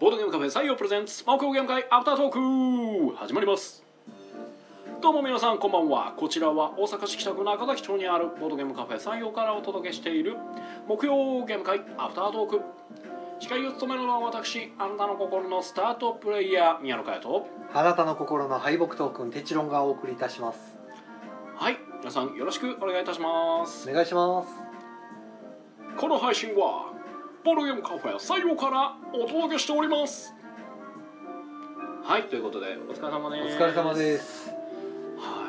ボードゲームカフェ採用プレゼンツ木曜ゲーム会アフタートーク始まります。どうも皆さんこんばんは。こちらは大阪市北区中崎町にあるボードゲームカフェ採用からお届けしている木曜ゲーム会アフタートーク。司会を務めるのは私、あなたの心のスタートプレイヤー宮野佳代と、 あなたの心の敗北トークンテチロンがお送りいたします。 はい、皆さんよろしくお願いいたします。 お願いします。 この配信はボードゲームカフェ採用からお届けしております。はい、ということでお疲れ様です。 お疲れ様です。 はい、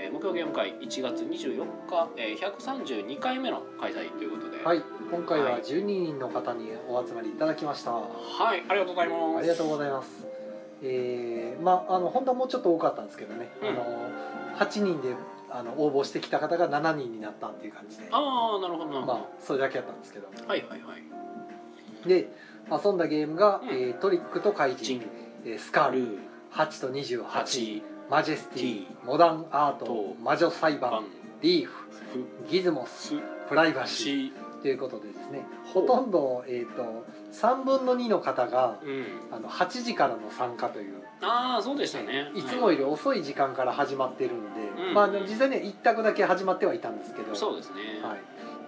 木曜ゲーム会1月24日、132回目の開催ということで、 はい、今回は12人の方にお集まりいただきました。 はい、ありがとうございます。 ありがとうございます。本当はもうちょっと多かったんですけどね、8人で応募してきた方が7人になったっていう感じで、 ああ、なるほどなるほど、 それだけやったんですけど、 はいはいはい。 で遊んだゲームが、トリックと怪人、スカル、8と28、マジェスティ、モダンアート、魔女裁判、リーフ、ギズモス、プライバシーということでですね、ほとんど、3分の2の方が、8時からの参加という、 ああそうでしたね、 いつもより遅い時間から始まってるんで、実際には1択だけ始まってはいたんですけど、 そうですね、 はい、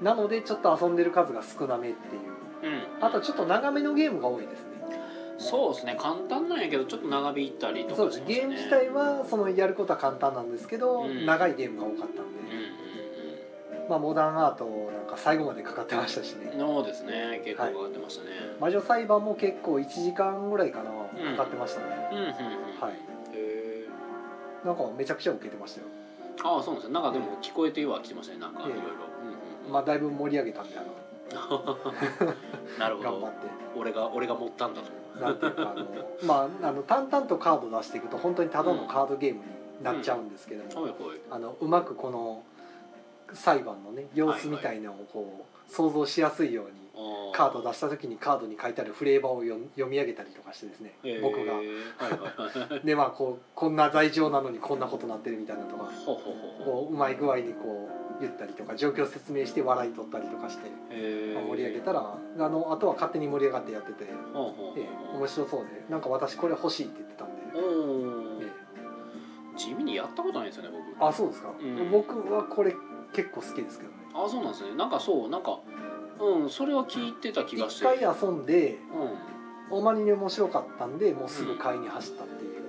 なのでちょっと遊んでる数が少なめっていう、あとちょっと長めのゲームが多いですね。 そうですね、簡単なんやけどちょっと長引いたりとかしましたね。 そうです、ゲーム自体はそのやることは簡単なんですけど、長いゲームが多かったんで、モダンアートなんか最後までかかってましたしね。 そうですね、結構かかってましたね。 魔女裁判も結構1時間ぐらいかな、かかってましたね。はい。なんかめちゃくちゃ受けてましたよ。 ああそうなんですよ。なんかでも聞こえてはきてましたね、なんかいろいろ。 だいぶ盛り上げたんでなるほど。 頑張って俺が持ったんだと。 なんていうか淡々とカード出していくと本当にただのカードゲームになっちゃうんですけども、うまくこの裁判のね様子みたいなのをこう想像しやすいようにカード出した時にカードに書いてあるフレーバーを読み上げたりとかしてですね、僕がでこんな罪状なのにこんなことなってるみたいなとか、うまい具合にこう言ったりとか状況説明して笑い取ったりとかして盛り上げたら、あとは勝手に盛り上がってやってて、面白そうで、なんか私これ欲しいって言ってたんで、 地味にやったことないですよね僕。 あ、そうですか。僕はこれ結構好きですけどね。 あ、そうなんですね。なんかそれは聞いてた気がして、 一回遊んで、あまりに面白かったんでもうすぐ買いに走ったっていう。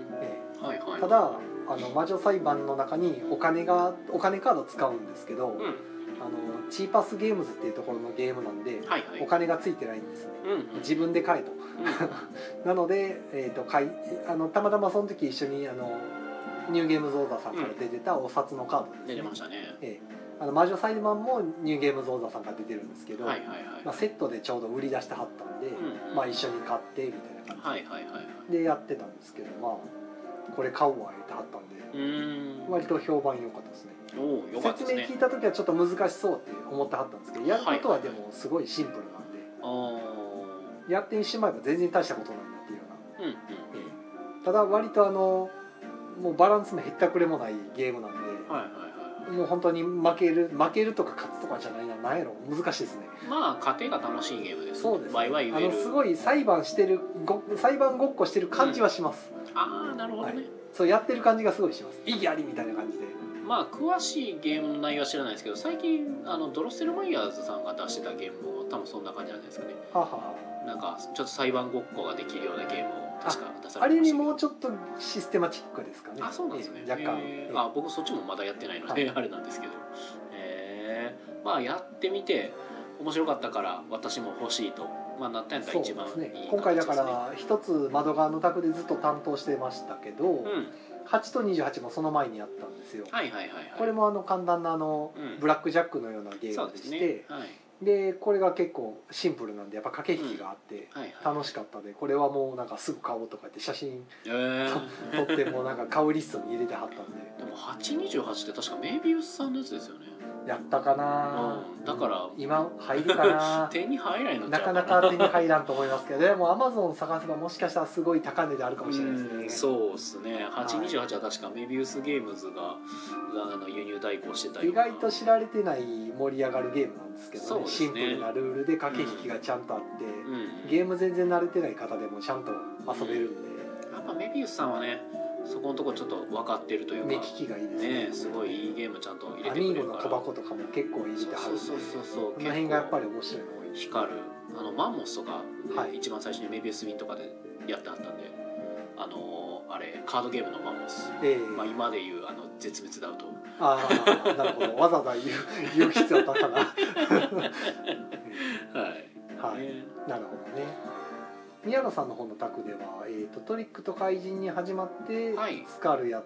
ただ魔女裁判の中にお金カード使うんですけど、チーパスゲームズっていうところのゲームなんで、お金がついてないんですね。自分で買えと。なので、たまたまその時一緒にニューゲームズオーダーさんから出てたお札のカードですね。 出てましたね。 魔女裁判もニューゲームズオーダーさんから出てるんですけど、セットでちょうど売り出してはったんで、一緒に買ってみたいな感じでやってたんですけど、これ買うわ言ってはったんで、割と評判良かったですね。説明聞いた時はちょっと難しそうって思ってはったんですけど、やることはでもすごいシンプルなんで、やってしまえば全然大したことないなっていうような。ただ割ともうバランスもへったくれもないゲームなんで、もう本当に負けるとか勝つとかじゃないな、なんやろ、難しいですね。 家庭が楽しいゲームです。 そうですね。 ワイワイ言える。 すごい裁判ごっこしてる感じはします。 ああ、なるほどね。 そうやってる感じがすごいします。意義ありみたいな感じで。 詳しいゲームの内容は知らないですけど、最近ドロッセルマイヤーズさんが出してたゲームも多分そんな感じなんですかね。なんかちょっと裁判ごっこができるようなゲームを確か出されてましたけど、あれにもうちょっとシステマチックですかね。 あ、そうなんですね。若干。僕そっちもまだやってないのであれなんですけど、やってみて面白かったから私も欲しいと、なったんやったら一番いい形ですね。 今回だから一つ窓側の卓でずっと担当してましたけど、8と28もその前にやったんですよ。これも簡単なブラックジャックのようなゲームでして、でこれが結構シンプルなんでやっぱ駆け引きがあって楽しかったで、これはもうなんかすぐ買おうとか言って写真撮ってもなんか買うリストに入れてはったんで。 でも828って確かメイビウスさんのやつですよね。 やったかな、 だから今入るかな手に入らないのなかなか手に入らんと思いますけど、でも Amazon 探せばもしかしたらすごい高値であるかもしれないですね。 そうですね。828は確かメビウスゲームズが輸入代行してたり、 意外と知られてない盛り上がるゲームなんですけど、ね、シンプルなルールで駆け引きがちゃんとあって、ゲーム全然慣れてない方でもちゃんと遊べるんで、 やっぱメビウスさんはねそこのところちょっと分かってるというか、 目利きがいいですね。 すごいいいゲームちゃんと入れてくれるから。 アミーゴのトバコとかも結構入れてはるんで、 そうこの辺がやっぱり面白いの多い。 光るマンモスとか、一番最初にメビウスウィンとかでやってはったんで、あれカードゲームのマンモス、今でいう絶滅ダウト。 なるほど、わざわざ言う必要だったかな。はい、なるほどね。宮野さんの方の卓では、トリックと怪人に始まって、スカルやって、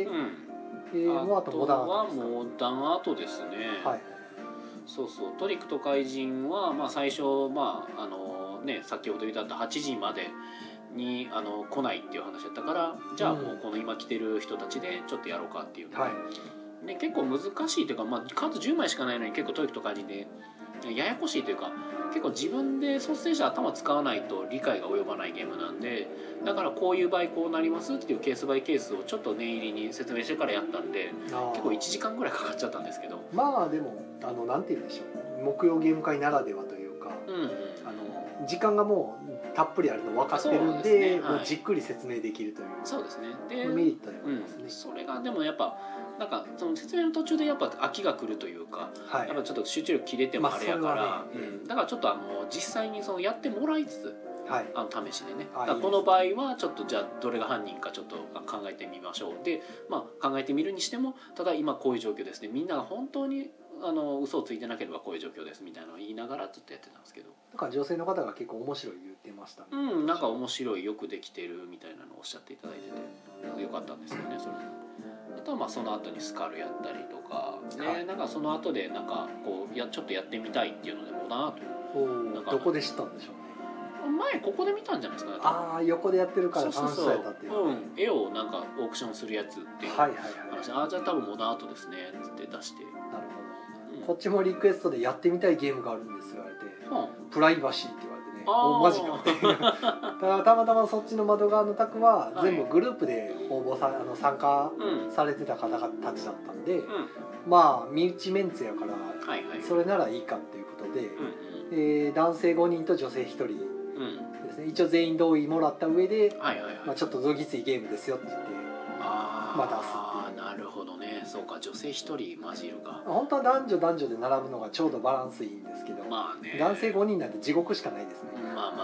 もうあとモダンアートですか。 モダンアートですね。そうトリックと怪人は、最初、先ほど言った8時までに来ないっていう話だったから、じゃあもうこの今来てる人たちでちょっとやろうかっていうので、結構難しいというか、カード10枚しかないのに結構トリックと怪人でややこしいというか、結構自分で率先して頭使わないと理解が及ばないゲームなんで、だからこういう場合こうなりますっていうケースバイケースをちょっと念入りに説明してからやったんで、結構1時間ぐらいかかっちゃったんですけど、 でもなんて言うんでしょう、木曜ゲーム会ならではというか、時間がもうたっぷりあるの分かってるんで、もうじっくり説明できるという。 そうですね。でメリットでありますね。 それがでもやっぱなんかその説明の途中でやっぱ飽きが来るというか、やっぱちょっと集中力切れてもあれやから、だからちょっと実際にそのやってもらいつつ、試しでね、この場合はちょっとじゃあどれが犯人かちょっと考えてみましょうで、考えてみるにしても、ただ今こういう状況ですね、みんなが本当に嘘をついてなければこういう状況ですみたいなのを言いながらずっとやってたんですけど、 なんか女性の方が結構面白い言ってましたね。 なんか面白い、よくできてるみたいなのをおっしゃっていただいててよかったんですよね。それあとはその後にスカルやったりとか、なんかその後でなんかこうちょっとやってみたいっていうのでモダンアート、 どこで知ったんでしょうね。 前ここで見たんじゃないですかね。 横でやってるから楽しそうやったっていう。 絵をなんかオークションするやつっていう話、じゃあ多分モダンアートですねって出して、 なるほど、こっちもリクエストでやってみたいゲームがあるんですよ言われて、プライバシーって言われてね、マジかたまたまそっちの窓側の卓は全部グループで応募参加されてた方たちだったんで、身内メンツやからそれならいいかっていうことで、男性5人と女性1人ですね、一応全員同意もらった上で、ちょっとどぎついゲームですよって言って出すっていう。 なるほどね。そうか、女性1人混じるか。 本当は男女で並ぶのがちょうどバランスいいんですけど、男性5人なんて地獄しかないですね。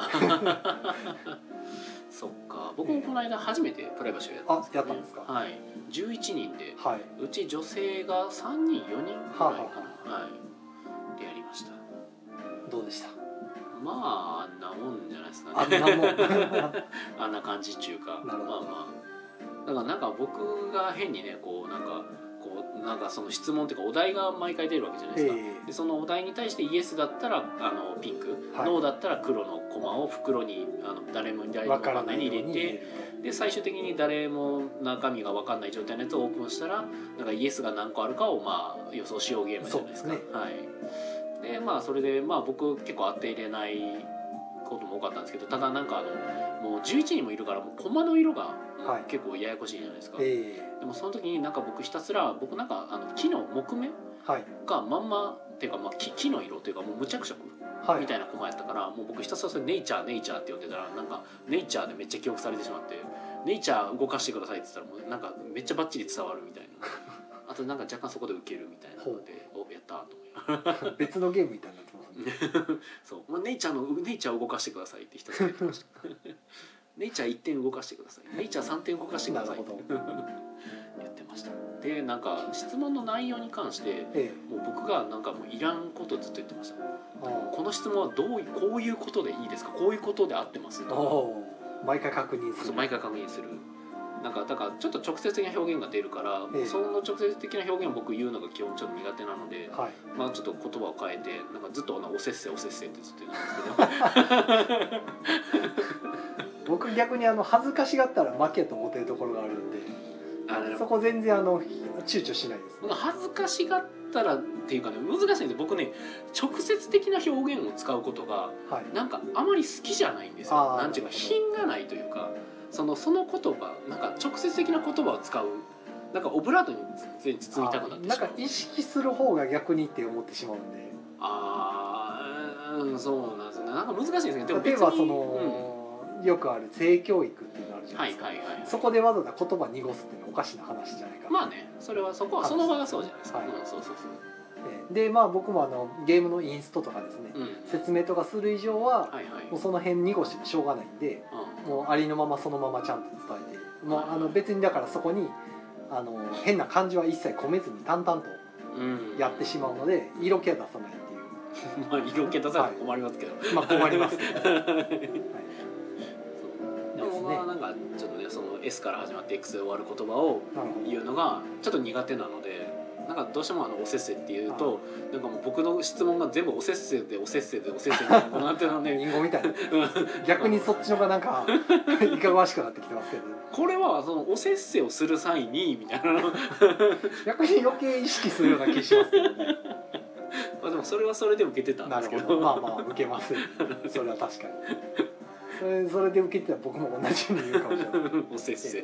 そっか、僕もこの間初めてプライバシーをやったんですけど、 やったんですか。 11人で、うち女性が3人4人ぐらいかな、でやりました。 どうでした？ あんなもんじゃないですかね。あんな感じっていうか、だからなんか僕が変にねなんかその質問っていうかお題が毎回出るわけじゃないですか。でそのお題に対してイエスだったらピンク、ノーだったら黒のコマを袋に誰も分からないに入れて、で最終的に誰も中身が分かんない状態のやつをオープンしたら、なんかイエスが何個あるかを予想しようゲームじゃないですか。でそれで僕結構当て入れないことも多かったんですけど、ただなんかもう11人もいるからもうコマの色が結構ややこしいじゃないですか。でもその時になんか僕ひたすらなんか木の木目がまんまっていうか木の色っていうかもう無着色みたいなコマやったから、もう僕ひたすらそれネイチャーって呼んでたら、なんかネイチャーでめっちゃ記憶されてしまって、ネイチャー動かしてくださいって言ったらもうなんかめっちゃバッチリ伝わるみたいな。あとなんか若干そこで受けるみたいなのでやったと思い別のゲームみたいになってますね。 そうネイチャーを動かしてくださいってひたすら言ってました。ネイチャー1点動かしてください、ネイチャー3点動かしてくださいって言ってました。でなんか質問の内容に関して、もう僕がなんかもういらんことずっと言ってました。この質問はこういうことでいいですか、こういうことで合ってますと毎回確認する。 毎回確認する。なんかだからちょっと直接的な表現が出るから、その直接的な表現を僕言うのが基本ちょっと苦手なので、ちょっと言葉を変えてなんかずっとおせっせってずっと言うんですけど僕逆に恥ずかしがったら負けと思ってるところがあるんで、そこ全然躊躇しないです、 ね、恥ずかしがったらっていうかね難しいんですよ。僕ね直接的な表現を使うことが、はい、なんかあまり好きじゃないんですよ。なんていうか品がないというかその言葉なんか直接的な言葉を使うなんかオブラートに包みたくなってしまう。 なんか意識する方が逆にって思ってしまうんで。 そうなんですよね。なんか難しいですね。でも例えばその、よくある性教育っていうのあるじゃないですか、はいはいはい、そこでわざわざ言葉濁すっていうのはおかしな話じゃないか。 まあねそれはそこはその場がそうじゃないですか、はい、そうそうそうでまあ僕もゲームのインストとかですね、説明とかする以上は、もうその辺濁してもしょうがないんで、もうありのままそのままちゃんと伝えてもう別にだからそこに変な漢字は一切込めずに淡々とやってしまうので、色気は出さないっていうまあ色気出さないと困りますけど、 まあ困りますけど、はい、 でもまあなんかちょっとねその S から始まって X で終わる言葉を言うのがちょっと苦手なので、なんかどうしてもおせっせっていうとなんかもう僕の質問が全部おせっせでおせっせでおせっせでこうなってるのでリンゴみたいな逆にそっちのがなんかいかがわしくなってきてますけど、 これはそのおせっせをする際にみたいな逆に余計意識するような気しますけどねまあでもそれはそれで受けてたんですけど、 まあまあ受けますよ、ね、それは確かにそれで受けてたら僕も同じように言うかもしれないおせっせ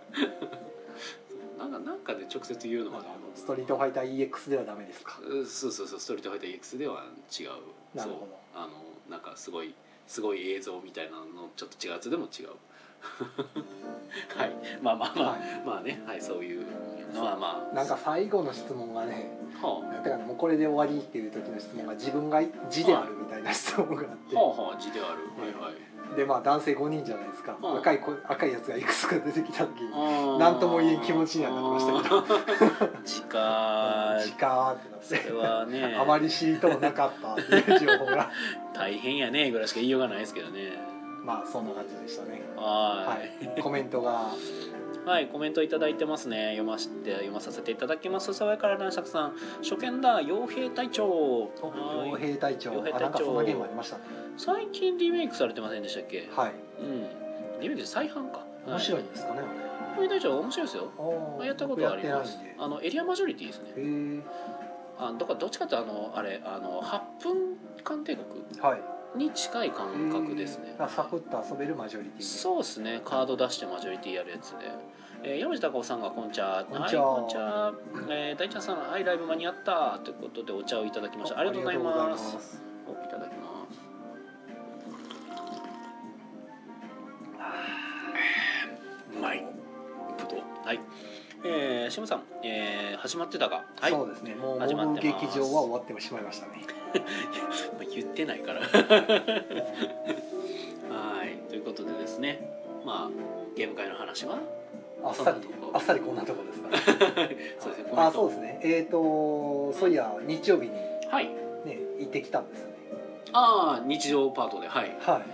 なんかで直接言うのがね、 ストリートファイター EX ではダメですか。 そうストリートファイター EX では違う。 なるほど。なんかすごい映像みたいなのちょっと違うやつでも違うはいまあまあね、はい、そういうのはまあなんか最後の質問がね、だからもうこれで終わりっていう時の質問が自分が字であるみたいな質問があって、 字である、はいはい。 でまあ男性5人じゃないですか、赤いやつがいくつか出てきた時何とも言えん気持ちにはなりましたけど時間ってなって、 それはねあまり知りともなかったっていう情報が大変やねぐらいしか言いようがないですけどね。 まあそんな感じでしたね。 はい、 コメントがはいコメントいただいてますね。読まさせていただきます。爽やから男爵さん、初見だ傭兵隊長。 傭兵隊長、なんかそんなゲームありましたね。 最近リメイクされてませんでしたっけ。 はい、 リメイクで再販か。 面白いんですかね。 傭兵隊長面白いですよ。やったことあります。エリアマジョリティですね。どっちかってあれ8分間帝国、はいに近い感覚ですね。 サクッと遊べるマジョリティ。 そうですね。カード出してマジョリティやるやつで。山地隆夫さんがこんちゃ。 こんちゃ。 こんちゃ。大ちゃんさん、はい、ライブ間に合ったということでお茶をいただきました。ありがとうございます。いただきます。うまい。ぶどう。はい。シムさん、始まってたか。 はい。そうですね。もう始まってます。劇場は終わってしまいましたね。 言ってないからはいということでですね、まあゲーム会の話はあっさりこんなとこですかそうですね。 そうですね。そういや日曜日にね、行ってきたんですよね。 日常パートではい、 はい、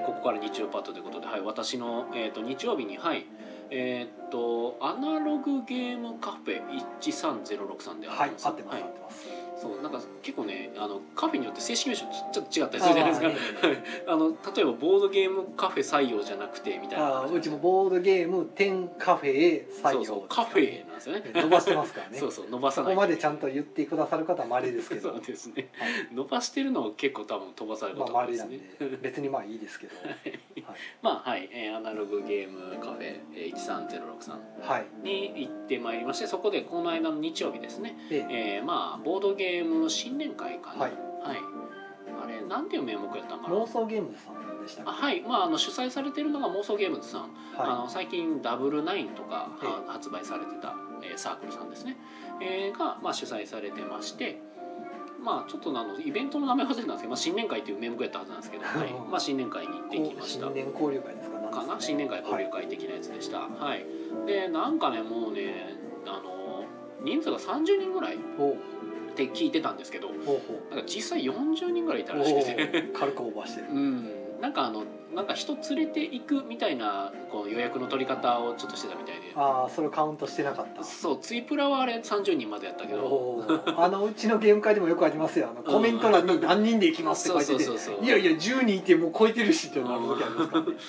ここから日曜パートということで、はい、私の、日曜日にはいアナログゲームカフェ13063であります。 はい、合ってます、合ってます。 そうなんか結構ねカフェによって正式名称ちょっと違ったりするじゃないですか、例えばボードゲームカフェ採用じゃなくてみたいな。 うちもボードゲーム10カフェ採用、 そうカフェなんですよね。 伸ばしてますからねそう伸ばさない、 ここまでちゃんと言ってくださる方は稀ですけどそうですね、伸ばしてるのは結構多分飛ばされることですね。 別にまあいいですけどまあはい、アナログゲームカフェ13063に行ってまいりまして、そこでこの間の日曜日ですね、まあボードゲーム新年会かな、はい、あれなんていう名目やったんかな。 妄想ゲームズさんでしたっけ。 はい、まあ主催されてるのが妄想ゲームズさん、最近ダブルナインとか発売されてたサークルさんですね、がまあ主催されてまして、まあちょっとイベントの名前忘れたんですけど、まあ、新年会っていう名目やったはずなんですけど、はい、まあ新年会に行ってきました。 新年交流会ですか。 新年会交流会的なやつでした。はい。でなんかねもうね人数が30人ぐらいって聞いてたんですけど、なんか実際40人ぐらいいたらしくて軽くオーバーしてる。 なんか人連れて行くみたいなこう予約の取り方をちょっとしてたみたいで。 それカウントしてなかった。 そうツイプラはあれ30人までやったけど、 うちのゲーム会でもよくありますよ。コメント欄に何人で行きますって書いてて、いやいや10人いてもう超えてるしってなる時ありますからね。 それ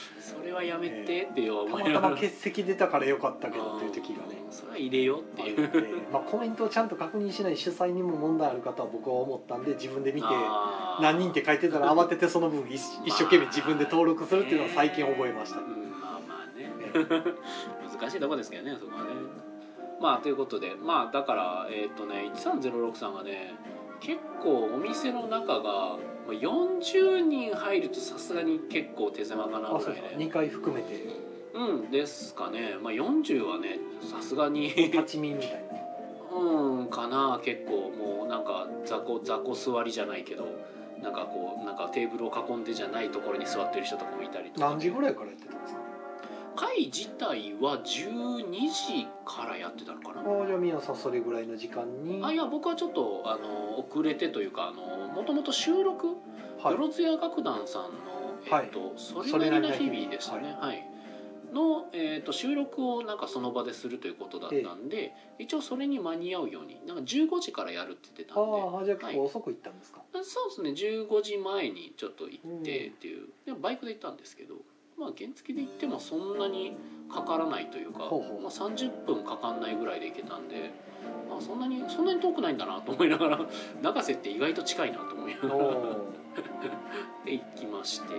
れはやめてって思いながら、 たまたま欠席出たからよかったけどっていう時がね、 それは入れようっていう、 まあ、コメントをちゃんと確認しない主催にも問題ある方は僕は思ったんで、自分で見て何人って書いてたら慌ててその分一生懸命自分で登録するっていうのは最近覚えました、 まあまあね難しいとこですけどね、そこはね。まあということで、まあだから1306さんがね、結構お店の中が40人入るとさすがに結構手狭かなぐらいね。 2回含めてですかね。まあ40はねさすがに立ち見みたいなかな。結構もうなんか雑魚座りじゃないけど、なんかこうなんかテーブルを囲んでじゃないところに座ってる人とかもいたりとか。 何時ぐらいからやってたんですか？ 会自体は12時からやってたのかな。 じゃあ皆さんそれぐらいの時間に。 いや僕はちょっと遅れてというか、もともと収録、よろずや楽団さんの、それなりな日々でしたね、はいの、収録をなんかその場でするということだったんで、一応それに間に合うようになんか15時からやるって言ってたんで。 じゃあ結構遅く行ったんですか？ そうですね、15時前にちょっと行ってっていう、でバイクで行ったんですけど、まあ原付で行ってもそんなにかからないというか、まあ、30分かかんないぐらいで行けたんで、まあ、そんなに遠くないんだなと思いながら中瀬って意外と近いなと思いながらで行きまして、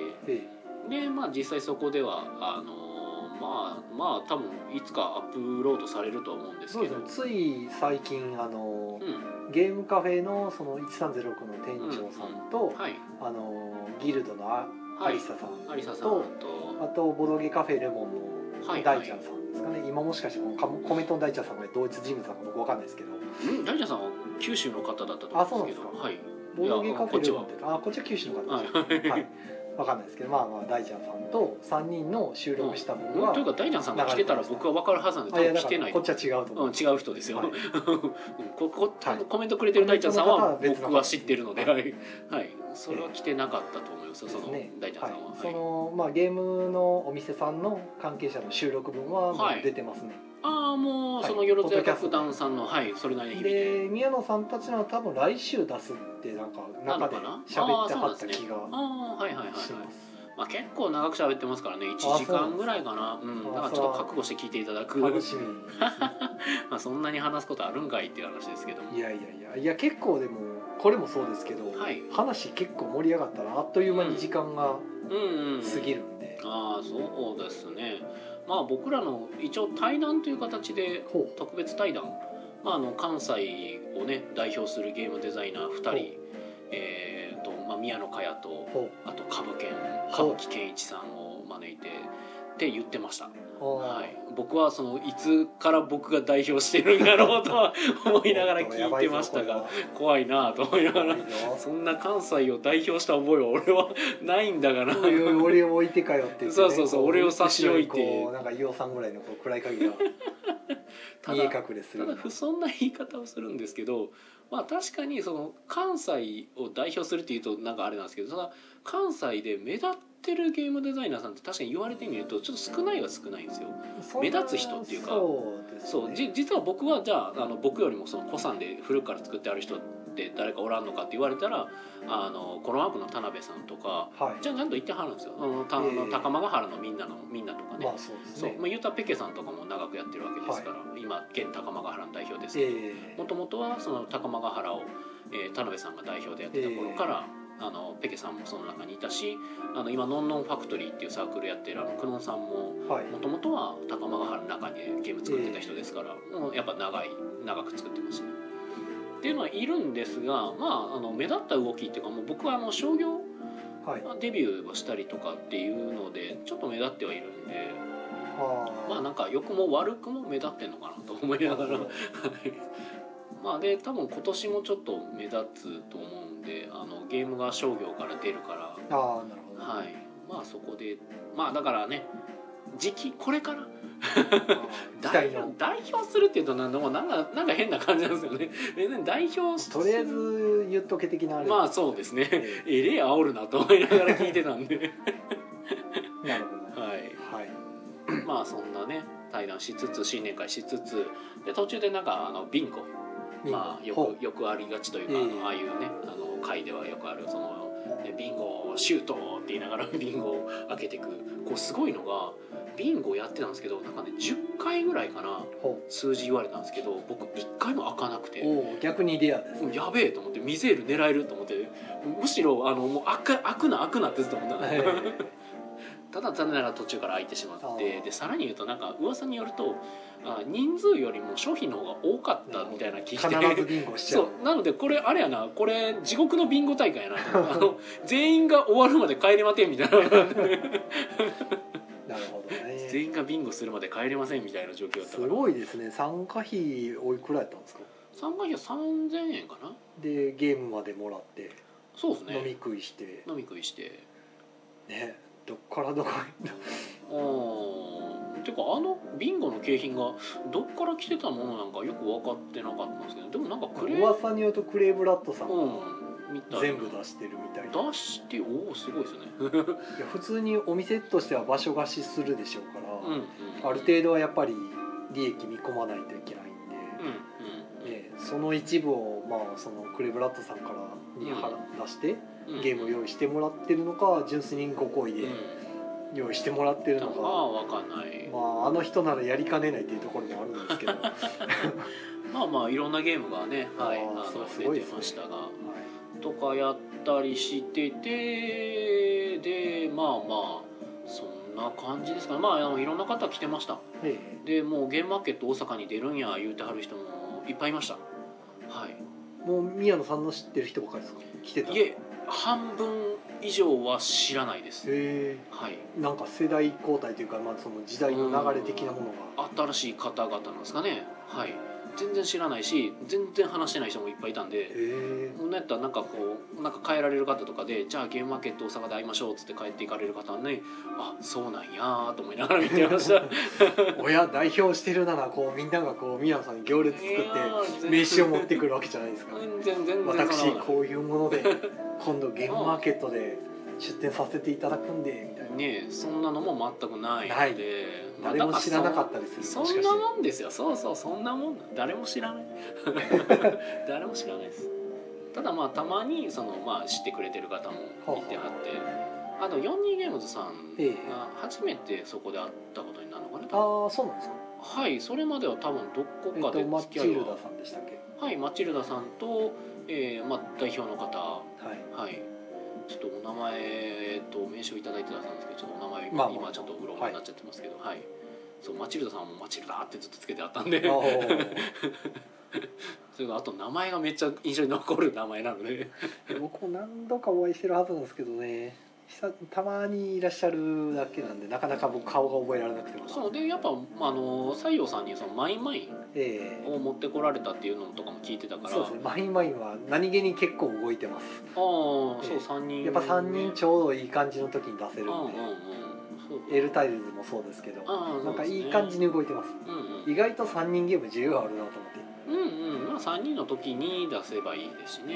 でまあ実際そこではまあ多分いつかアップロードされると思うんですけど、 つい最近ゲームカフェのその1306の店長さんと、ギルドのアリサさんと、あとボドゲカフェレモンの大ちゃんさんですかね。今もしかしてこのコメントの大ちゃんさんが同一人物なのか僕分かんないですけど、 大ちゃんさんは九州の方だったと思うんですけど、 ボドゲカフェレモンってこっちは九州の方ですはい分かんないですけど、まあ大ちゃんさんと3人の収録した分は、 というか大ちゃんさんが来てたら僕は分かるはずなんで、多分来てない。 こっちは違うと思う、 違う人ですよ、コメントくれてる大ちゃんさんは僕は知ってるので、それは来てなかったと思います、その大ちゃんさんは。 そのゲームのお店さんの関係者の収録分はもう出てますね。 もうそのよろずや楽団さんのそれなりにで宮野さんたちのは多分来週出すってなんか中で喋ってはった気がします。 まあ結構長く喋ってますからね、1時間ぐらいかな。だからちょっと覚悟して聞いていただく。 楽しみですねまあそんなに話すことあるんかいっていう話ですけども。 いや結構でもこれもそうですけど、話結構盛り上がったらあっという間に時間が過ぎるんで。 そうですね。まあ僕らの一応対談という形で特別対談、関西をね代表するゲームデザイナー2人、宮野佳代とあと歌舞伎健一さんを招いてって言ってました。僕はそのいつから僕が代表してるんだろうとは思いながら聞いてましたが、怖いなと思いながら、そんな関西を代表した覚えは俺はないんだから俺を置いてかよって言って、 そう俺を差し置いてなんか伊尾さんぐらいの暗い影が見え隠れする。 ただ不遜な言い方をするんですけど、まあ確かにその関西を代表するっていうとなんかあれなんですけど、その関西で目立ってるゲームデザイナーさんって確かに言われてみるとちょっと少ないは少ないんですよ。目立つ人っていうか、実は僕はじゃあ僕よりもその古参で古くから作ってある人って誰かおらんのかって言われたらコロワークの田辺さんとか、じゃあちゃんと言ってはるんですよ。高間ヶ原のみんなとかね。言うたらペケさんとかも長くやってるわけですから、今現高間ヶ原の代表ですけど、もともとはその高間ヶ原を田辺さんが代表でやってた頃からペケさんもその中にいたし、今ノンノンファクトリーっていうサークルやってる久能さんももともとは高間ヶ原の中でゲーム作ってた人ですから、もうやっぱ長く作ってますねっていうのはいるんですが、目立った動きっていうか、もう僕は商業デビューをしたりとかっていうのでちょっと目立ってはいるんで、なんか良くも悪くも目立ってんのかなと思いながらで多分今年もちょっと目立つと思うんで、ゲームが商業から出るから、そこでだからね、時期これから代表するっていうとなんか変な感じなんですよね。別に代表してとりあえず言っとけ的なあれ、 そうですね、えれ煽るなと思いながら聞いてたんでなるほど、 そんなね対談しつつ新年会しつつで、途中でなんかビンゴまあよくありがちというか、ああいうね回ではよくあるそのビンゴシュートって言いながらビンゴを開けていく。こうすごいのがビンゴやってたんですけどなんかね10回ぐらいかな数字言われたんですけど僕1回も開かなくて逆にレアです、ね、 やべえと思ってミゼール狙えると思ってむしろもう開くなってずっと思ったただ残念ながら途中から開いてしまってでさらに言うとなんか噂によると人数よりも商品の方が多かったみたいな気がして必ずビンゴしちゃうそうなのでこれあれやなこれ地獄のビンゴ大会やな全員が終わるまで帰れませんみたいななるほどね全員がビンゴするまで帰れませんみたいな状況だったからすごいですね。参加費おいくらやったんですか？ 参加費は3000円かなでゲームまでもらってそうですね飲み食いしてねどっからどこにてかビンゴの景品がどっから来てたものなんかよく分かってなかったんですけどでもなんか噂によるとクレイブラッドさんがみたい全部出してるみたいな出しておおすごいですねいや普通にお店としては場所貸しするでしょうから、 うんある程度はやっぱり利益見込まないといけないんで、ね、その一部を、まあ、そのクレイブラッドさんからに出してゲームを用意してもらってるのか純粋にご好意で用意してもらってるのか、 分かんない、 まあ、あの人ならやりかねないっていうところもあるんですけどまあいろんなゲームがね、はい、出てましたが、はい、とかやったりしててでまあそんな感じですかね。まあいろんな方来てました、でもうゲームマーケット大阪に出るんや言うてはる人もいっぱいいました。はいもう宮野さんの知ってる人ばかりですか来てた？ いえ半分以上は知らないです。はい、 なんか世代交代というか、まあ、その時代の流れ的なものが新しい方々なんですかね。はい全然知らないし全然話してない人もいっぱいいたんでなんやったらなんかこうなんか帰られる方とかでじゃあゲームマーケット大阪で会いましょうっつって帰っていかれる方はねあそうなんやと思いながら見てました親代表してるならこうみんながこう宮野さんに行列作って名刺を持ってくるわけじゃないですか、 全然私こういうもので今度ゲームマーケットで出店させていただくんでみたいなねそんなのも全くないので誰も知らなかったりする。 そんなもんですよ。そうそんなもん誰も知らない誰も知らないです。ただまあたまにその、まあ、知ってくれてる方もいてはって、42ゲームズさんが初めてそこで会ったことになるのかな。 ああそうなんですか。 はいそれまでは多分どこかでマチルダさんでしたっけ。 はいマチルダさんと、まあ、代表の方はいちょっとお名前名刺をいただいてたんですけどちょっとお名前今ちょっとうろ覚えになっちゃってますけど、はいそうマチルダさんもマチルダってずっとつけてあったんでそれがあと名前がめっちゃ印象に残る名前なので僕も何度かお会いしてるはずなんですけどねたまにいらっしゃるだけなんでなかなか僕顔が覚えられなくてもそうでやっぱ西洋さんにそのマインマインを持ってこられたっていうのとかも聞いてたから、 そうですねマインマインは何気に結構動いてます。 そう3人やっぱ3人ちょうどいい感じの時に出せるんで、エルタイルズもそうですけどなんかいい感じに動いてます、意外と3人ゲーム需要あるなと思ってまあ3人の時に出せばいいですしね、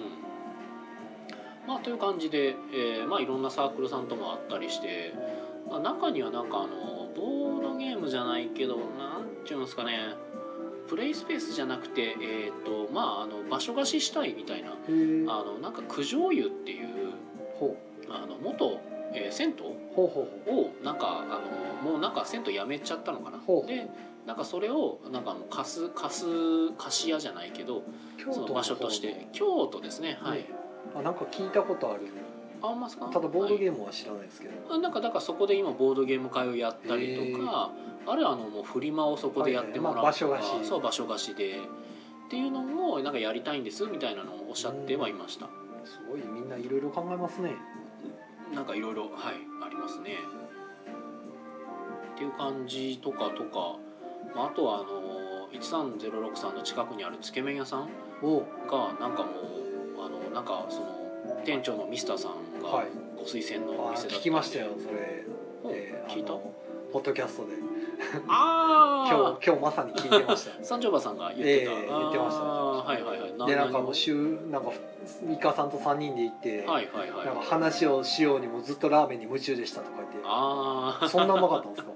まあという感じで、まあいろんなサークルさんともあったりして、まあ、中にはなんかボードゲームじゃないけどなんていうんですかねプレイスペースじゃなくてまあ場所貸ししたいみたいななんか九条湯っていう元銭湯をなんかもうなんか銭湯やめちゃったのかなでなんかそれをなんか貸し屋じゃないけどその場所として京都ですねはいなんか聞いたことあるありますか。 ただボードゲームは知らないですけど、 なんかだからそこで今ボードゲーム会をやったりとかあるいはもうフリマをそこでやってもらうとか、 場所貸しそう場所貸しでっていうのもなんかやりたいんですみたいなのをおっしゃってはいました。 すごいみんないろいろ考えますね。 なんかいろいろはいありますねっていう感じとか、あとは1306さんの近くにあるつけ麺屋さんがなんかもうなんかその店長のミスターさんがご推薦のお店だったんで、 聞きましたよそれ、 聞いたポッドキャストで今日まさに聞いてました三条馬さんが言ってた、 言ってましたでなんかもうなんか三川さんと3人で行って、なんか話をしようにもずっとラーメンに夢中でしたとか言ってそんなうまかったんですか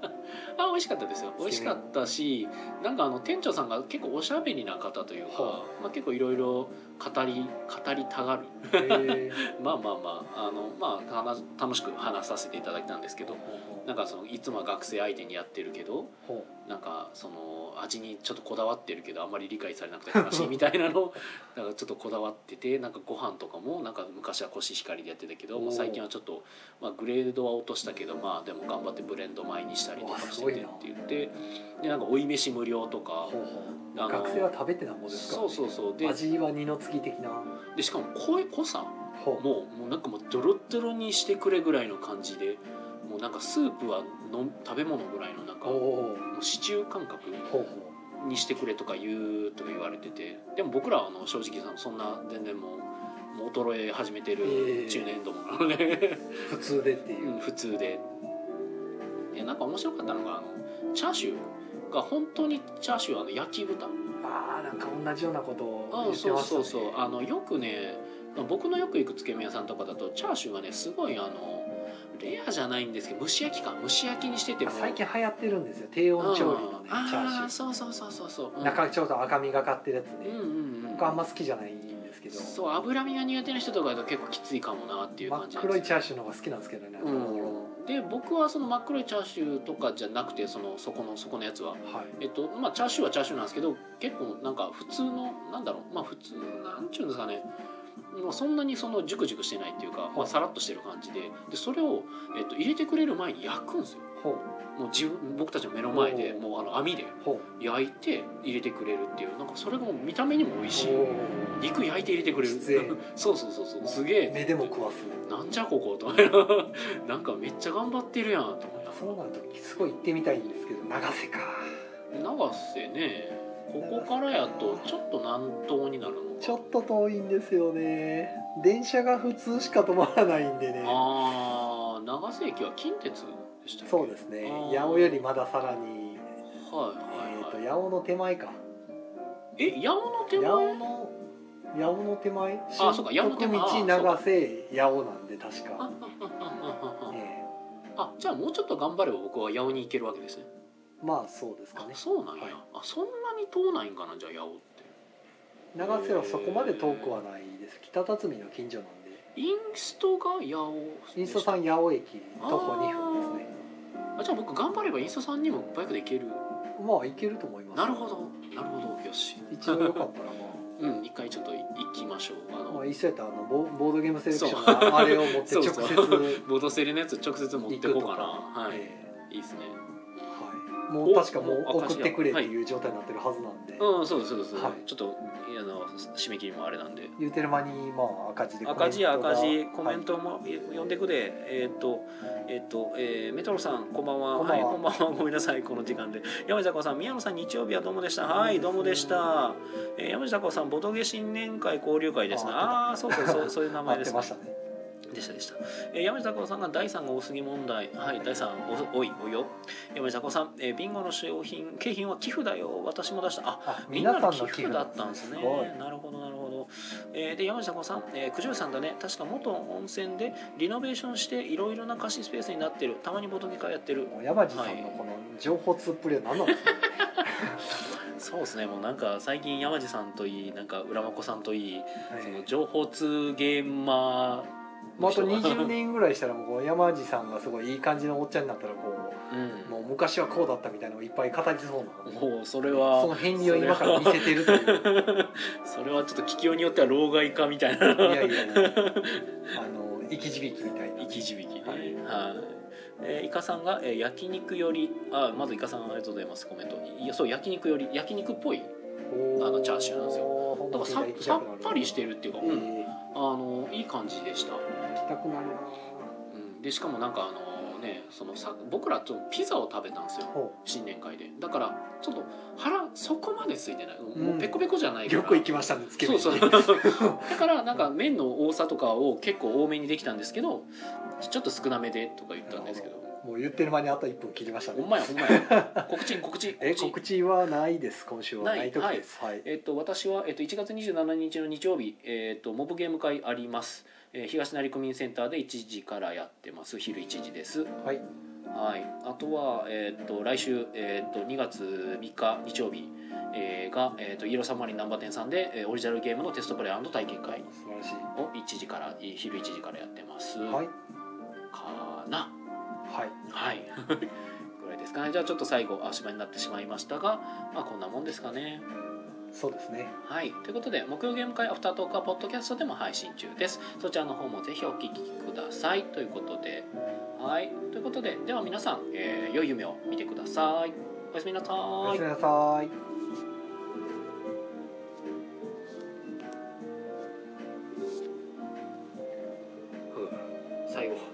美味しかったですよ。美味しかったし、なんか店長さんが結構おしゃべりな方というか、まあ、結構いろいろ語りたがるまあまあまあまあ楽しく話させていただいたんですけど、なんかいつもは学生相手にやってるけど、なんか味にちょっとこだわってるけどあんまり理解されなくて悲しいみたいなのなんかちょっとこだわってて、なんかご飯とかもなんか昔はコシヒカリでやってたけど、もう最近はちょっと、まあ、グレードは落としたけど、まあでも頑張ってブレンド米にしたりとかしててって言って、でなんか追い飯無料とか、 学生は食べてなんぼですからね。 そうで味は二の次的なで、しかも濃さもうなんかもうドロッドロにしてくれぐらいの感じで、もうなんかスープは食べ物ぐらいのなんかもうシチュー感覚にしてくれとか言われてて、でも僕らは正直そんな全然もう衰え始めてる中年どもなので、 普通でっていう、 普通でなんか面白かったのがチャーシューが本当にチャーシュー焼き豚、 なんか同じようなことを言ってましたね。 そうよくね、僕のよく行くつけ麺屋さんとかだとチャーシューがねすごいレアじゃないんですけど蒸し焼きにしてても最近流行ってるんですよ、低温調理のね、チャーシュー。 そう中ちょっと赤みがかってるやつね、僕あんま好きじゃないんですけど、 そう脂身が苦手な人とかだと結構きついかもなっていう感じ真っ黒いチャーシューの方が好きなんですけどね、 で僕はその真っ黒いチャーシューとかじゃなくてそこのやつは、まあチャーシューはチャーシューなんですけど、結構なんか普通のなんだろう、まあ普通なんちゅうんですかね、そんなにジュクジュクしてないっていうか、まあ、さらっとしてる感じで、それを、入れてくれる前に焼くんですよ。もう僕たちの目の前でもう網で焼いて入れてくれるっていう、なんかそれがもう見た目にも美味しい、肉焼いて入れてくれるそうすげえ目でも食わす、 なんじゃこことなんかめっちゃ頑張ってるやんと思って。 そうなるとすごい行ってみたいんですけど、長瀬か。 長瀬ね、ここからやとちょっと南東になるのか、 ちょっと遠いんですよね。電車が普通しか止まらないんでね。 長瀬駅は近鉄でしたっけ。 そうですね、八尾よりまださらに、八尾の手前か。 八尾の手前、 八尾の手前、 そうか、八尾の手前、 道長瀬八尾なんで確か。 じゃあもうちょっと頑張れば僕は八尾に行けるわけですね。 まあそうですかね。 そうなんや、そんなに遠ないんかな、じゃあ八尾って。 長瀬はそこまで遠くはないです。北辰巳の近所なんで。 インストが八尾、 インストさん八尾駅徒歩2分ですね。 じゃあ僕頑張ればインストさんにもバイクで行ける。 まあ行けると思います。 なるほどよし、 一度よかったらまあ一回ちょっと行きましょう。 まあ、一緒やったらボードゲームセレクションのあれを持って直接ボードセレのやつ直接持ってこうかな。いいですね。 もう確かもう送ってくれっていう状態になってるはずなんで、 そうです、ちょっと締め切りもあれなんで、 言うてる間にまあ赤字コメントも読んでくれ。メトロさんこんばんは。こんばんは、ごめんなさいこの時間で。山地孝さん、宮野さん日曜日はどうもでした。はい、どうもでした。山地孝さん、ボドゲ新年会交流会ですね。そういう名前ですね。でした。山地孝さんが第3が多すぎ問題。はい、第3多いよ。山地孝さん、ビンゴの景品は寄付だよ。私も出した。みんなの寄付だったんですね。なるほど。で山地孝さん、九条さんだね。確か元温泉でリノベーションしていろいろな貸しスペースになってる。たまにボトゲ会やってる。 山地さんのこの情報通プレイ何なんですかね。 そうですね、もうなんか最近山地さんといい、なんか浦真子さんといい、その情報通ゲーマー、 あと20年ぐらいしたらもう山地さんがすごいいい感じのおっちゃんになったらもう昔はこうだったみたいなのをいっぱい語りそうな、 もうそれはその変理を今から見せてるというそれはちょっと聞きようによっては老害化みたいな。いや生き字引みたいな、 生き字引ね。イカさんが、焼肉よりまずイカさんありがとうございます。コメント。そう、焼肉より焼肉っぽいチャーシューなんですよ。だからさっぱりしてるっていうか、いい感じでした。 行きたくなるな。 でしかもなんか僕らとピザを食べたんですよ、新年会で。だからちょっと腹そこまで空いてない、もうペコペコじゃないから、 よく行きましたね、つけ麺に。 だからなんか麺の多さとかを結構多めにできたんですけど、ちょっと少なめでとか言ったんですけど、 もう言ってる間にあと1分切りましたね。 ほんまや告知はないです。今週はない時です。 私は、1月27日の日曜日、モブゲーム会あります。東成区民センターで1時からやってます。昼1時です。 はい、あとは、来週、2月3日日曜日、が、イエローサンマリン難波店さんで、オリジナルゲームのテストプレイ&体験会を昼1時からやってます、はい、かなはいぐらいですかね。じゃあちょっと最後足場になってしまいましたが、まあ、こんなもんですかね。 そうですね。 はい、ということで木曜ゲーム会アフタートークはポッドキャストでも配信中です。そちらの方もぜひお聞きくださいということで、はい、ということで、では皆さん、良い夢を見てください。おやすみなさい。 おやすみなさい。 最後